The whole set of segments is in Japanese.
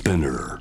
Spinner。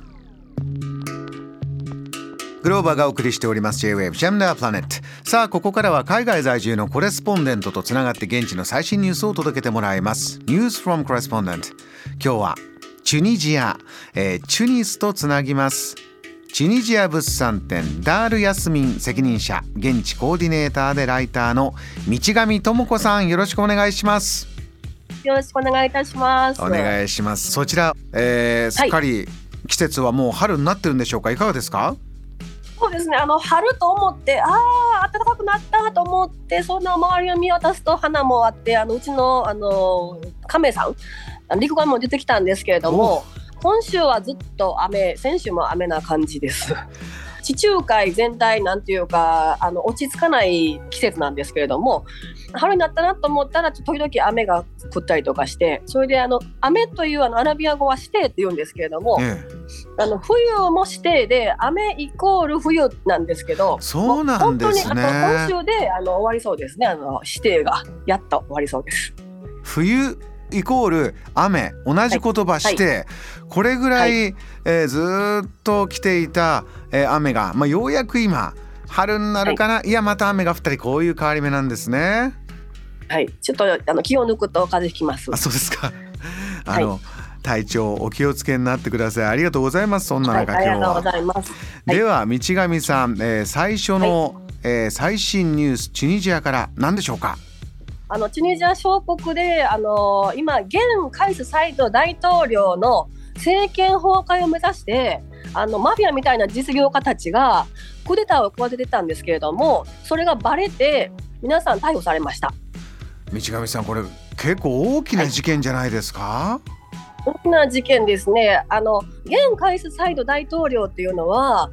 グローバーがお送りしております J-Wave Jam the Planet。 さあここからは海外在住のコレスポンデントとつながって現地の最新ニュースを届けてもらいます。 News from Correspondent。 今日はチュニジア、チュニスとつなぎます。チュニジア物産展ダールヤスミン責任者、現地コーディネーターでライターの道上智子さん、よろしくお願いします。 よろしくお願いいたします。 お願いします。そちら、すっかり季節はもう春になってるんでしょうか、いかがですか？ そうですね、春と思って暖かくなったと思って、そんな周りを見渡すと花もあって、うちの亀さん陸側も出てきたんですけれども、今週はずっと雨、先週も雨な感じです。地中海全体なんていうか落ち着かない季節なんですけれども、春になったなと思ったら時々雨が降ったりとかして、それで雨というアラビア語は指定って言うんですけれども、冬も指定で雨イコール冬なんですけど、 そうなんですね。 本当に今週で終わりそうですね。指定がやっと終わりそうです。 冬イコール雨、同じ言葉して、これぐらい、ずっと来ていた、雨が、ようやく今春になるかな、いやまた雨が降ったり、こういう変わり目なんですね。 はい、ちょっと気を抜くと風邪ひきます。 そうですか。体調お気をつけになってください。ありがとうございます。そんな中、今日はありがとうございます。では道上さん、最初の、最新ニュース、チュニジアから何でしょうか？ チュニジア小国で今現カイス・サイド大統領の政権崩壊を目指してマフィアみたいな実業家たちがクーデターを企ててたんですけれども、それがバレて皆さん逮捕されました。 道上さん、これ結構大きな事件じゃないですか？ 大きな事件ですね。現カイス・サイド大統領っていうのは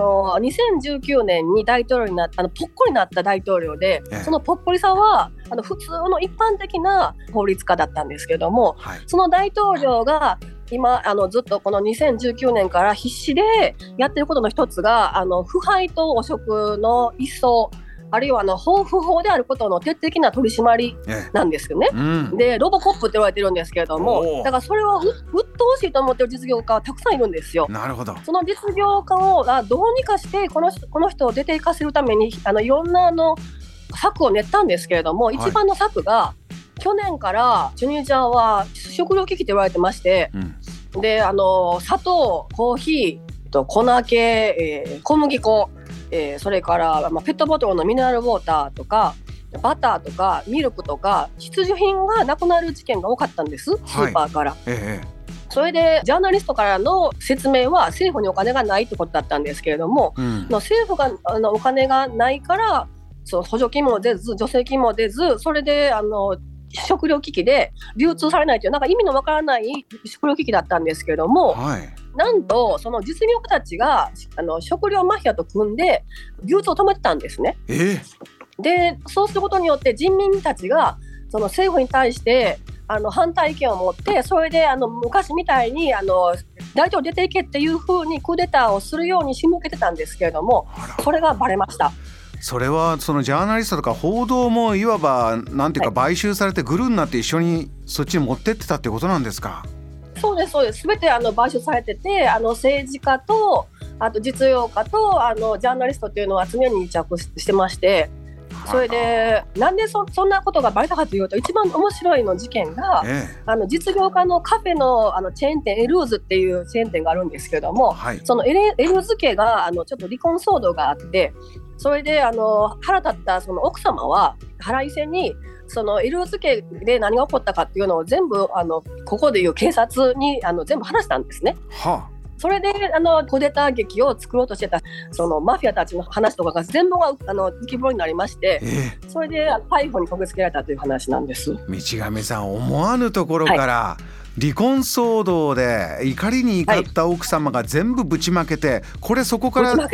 2019年に大統領になったぽっこりになった大統領で、そのぽっこりさは普通の一般的な法律家だったんですけども、その大統領が今ずっとこの2019年から必死でやってることの一つが腐敗と汚職の一掃、あるいは不法であることの徹底的な取り締まりなんですよね。でロボコップって言われてるんですけれども、だからそれを鬱陶しいと思ってる実業家はたくさんいるんですよ。 なるほど。 その実業家をどうにかしてこの人を出て行かせるためにいろんな策を練ったんですけれども、一番の策が去年からチュニジアは食糧危機と言われてまして、で砂糖、コーヒー、粉系、小麦粉、それからペットボトルのミネラルウォーターとかバターとかミルクとか必需品がなくなる事件が多かったんです、スーパーから。それでジャーナリストからの説明は政府にお金がないってことだったんですけれども、政府がお金がないからその補助金も出ず助成金も出ず、それで食糧危機で流通されないという意味のわからない食糧危機だったんですけれども、なんとその実業家たちが食料マフィアと組んで流通を止めてたんですね。でそうすることによって人民たちがその政府に対して反対意見を持って、それで昔みたいに大統領出ていけっていう風にクーデターをするように仕向けてたんですけれども、それがバレました。 それはそのジャーナリストとか報道もいわばなんていうか買収されてグルになって一緒にそっちに持ってってたってことなんですか？ そうですそうです。全て買収されてて、政治家とあと実業家とジャーナリストっていうのは常に癒着してまして、それでなんでそんなことがバレたかというと、一番面白い事件が、実業家のカフェのチェーン店エルーズっていうチェーン店があるんですけども、そのエルーズ家がちょっと離婚騒動があって、それで腹立ったその奥様は腹いせにそのエルーズ家で何が起こったかっていうのを全部ここでいう警察に全部話したんですね。それでクーデター劇を作ろうとしてたそのマフィアたちの話とかが全部が浮き彫りになりまして、それで逮捕にこぎつけられたという話なんです。 道上さん、思わぬところから、離婚騒動で怒りに怒った奥様が全部ぶちまけて、これそこから今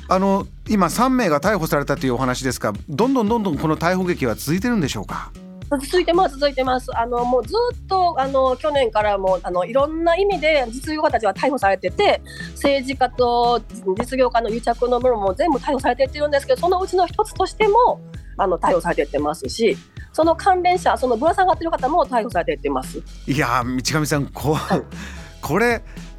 3名が逮捕されたというお話ですが、どんどんこの逮捕劇は続いてるんでしょうか？ 続いてます。もうずっと去年からもいろんな意味で実業家たちは逮捕されてて、政治家と実業家の癒着のものも全部逮捕されていってるんですけど、そのうちの一つとしても逮捕されていってますし、その関連者、そのぶら下がってる方も逮捕されていってます。 いや道上さん、これ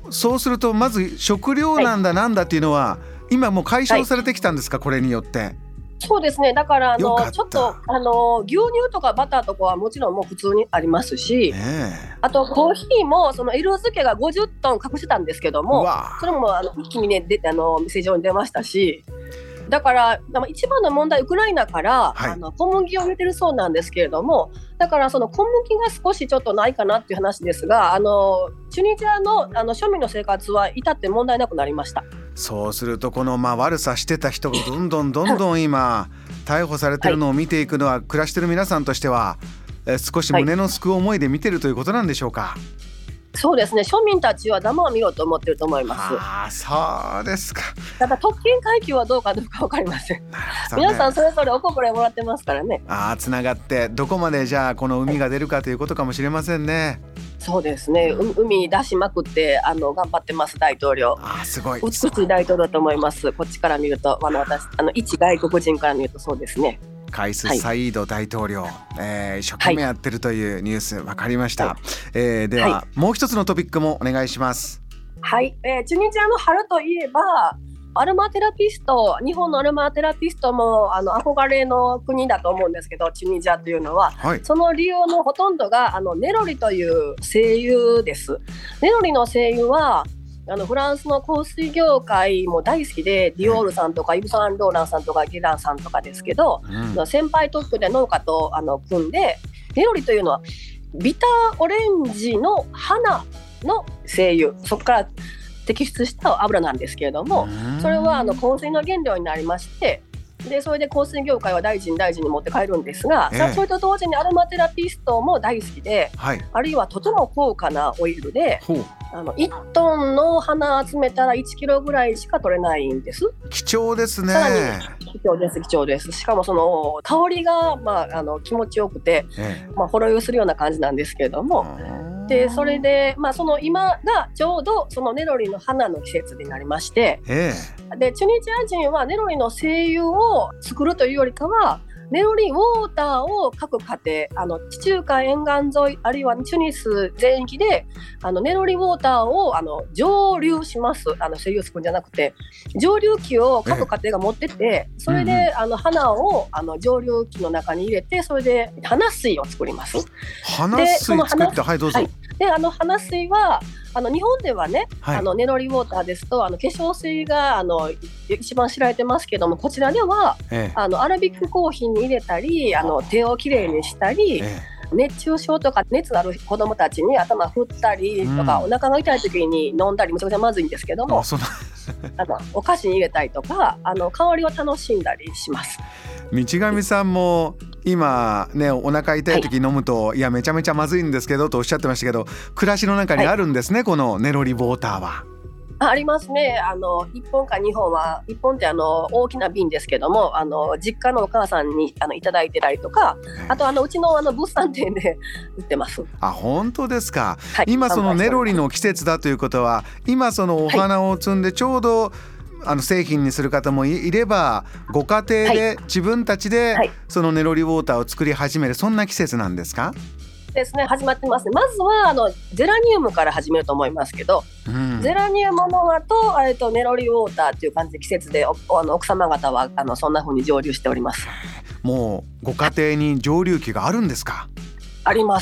そうするとまず食料なんだなんだっていうのは、今もう解消されてきたんですか、これによって。 そうですね。だからよかった。 ちょっと牛乳とかバターとかはもちろんもう普通にありますし、あとコーヒーもその色付けが50トン隠してたんですけども、それも一気にね店上に出ましたし、だから一番の問題ウクライナから、小麦を入れてるそうなんですけれども、だからその小麦が少しちょっとないかなっていう話ですが、チュニジアの庶民の生活は至って問題なくなりました。 そうするとこの悪さしてた人がどんどん今逮捕されてるのを見ていくのは、暮らしてる皆さんとしては少し胸のすく思いで見てるということなんでしょうか。 そうですね。庶民たちは黙を見ろと思ってると思います。 そうですか。 ただ特権階級はどうか分かりません。皆さんそれぞれおこぼれもらってますからね。 つながってどこまでじゃあこの海が出るかということかもしれませんね。 そうですね。海に出しまくって頑張ってます大統領。すごい美しい大統領だと思います。こっちから見ると私一外国人から見るとそうですね。 カイス・サイード大統領、一生懸命やってるというニュース、分かりました。では、もう一つのトピックもお願いします。 はい、チュニジアの春といえばアロマテラピスト、日本のアロマテラピストも憧れの国だと思うんですけど、チュニジアというのは、その理由のほとんどがネロリという精油です。ネロリの精油はフランスの香水業界も大好きで、ディオールさんとかイヴ・サンローランさんとかゲランさんとかですけど、先輩特許で農家と組んで、ネロリというのはビターオレンジの花の精油、そこから摘出した油なんですけれども、それは香水の原料になりまして、でそれで香水業界は大事に持って帰るんですが、それと同時にアロマテラピストも大好きで、あるいはとても高価なオイルで、1トンの花集めたら1キロぐらいしか取れないんです。 貴重ですね。 さらに貴重です。しかもその香りが、気持ちよくて、ほろ酔いするような感じなんですけれども、でそれで、その今がちょうどそのネロリの花の季節になりまして、でチュニジア人はネロリの精油を作るというよりかは、ネロリウォーターを各家庭、地中海沿岸沿いあるいはチュニス全域でネロリウォーターを蒸留します。精油を作るんじゃなくて、蒸留機を各家庭が持ってて、それで花を蒸留機の中に入れて、それで花水を作ります。 花水作って、どうぞ。 で花水は日本ではね、ネロリウォーターですと化粧水が一番知られてますけども、こちらでは、アラビックコーヒーに入れたり手をきれいにしたり、熱中症とか熱のある子どもたちに頭振ったりとか、お腹が痛い時に飲んだり、むちゃくちゃまずいんですけども、お菓子に入れたりとか香りを楽しんだりします。 道上さんも今ね、お腹痛い時飲むと、いやめちゃめちゃまずいんですけどとおっしゃってましたけど、暮らしの中にあるんですね、このネロリウォーターは。 ありますね。1本か2本は、1本って大きな瓶ですけども、実家のお母さんにいただいてたりとか、あとうちの物産展で売ってます。 本当ですか。今そのネロリの季節だということは、今そのお花を摘んでちょうど製品にする方もいれば、ご家庭で自分たちでそのネロリウォーターを作り始める、そんな季節なんですか？ ですね、始まってますね。まずはゼラニウムから始めると思いますけど、ゼラニウムの後ネロリウォーターという感じで、季節で奥様方はそんな風に蒸留しております。 もうご家庭に蒸留機があるんですか？ あります。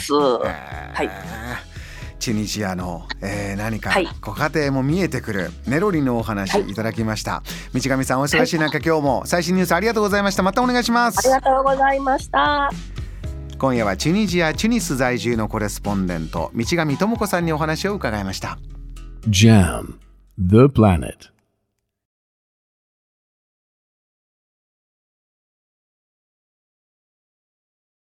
チュニジアの、何かご家庭も見えてくるネロリのお話いただきました。道上さん、お忙しい中、今日も最新ニュースありがとうございました。またお願いします。 ありがとうございました。 今夜はチュニジア・チュニス在住のコレスポンデント道上智子さんにお話を伺いました。 JAM The Planet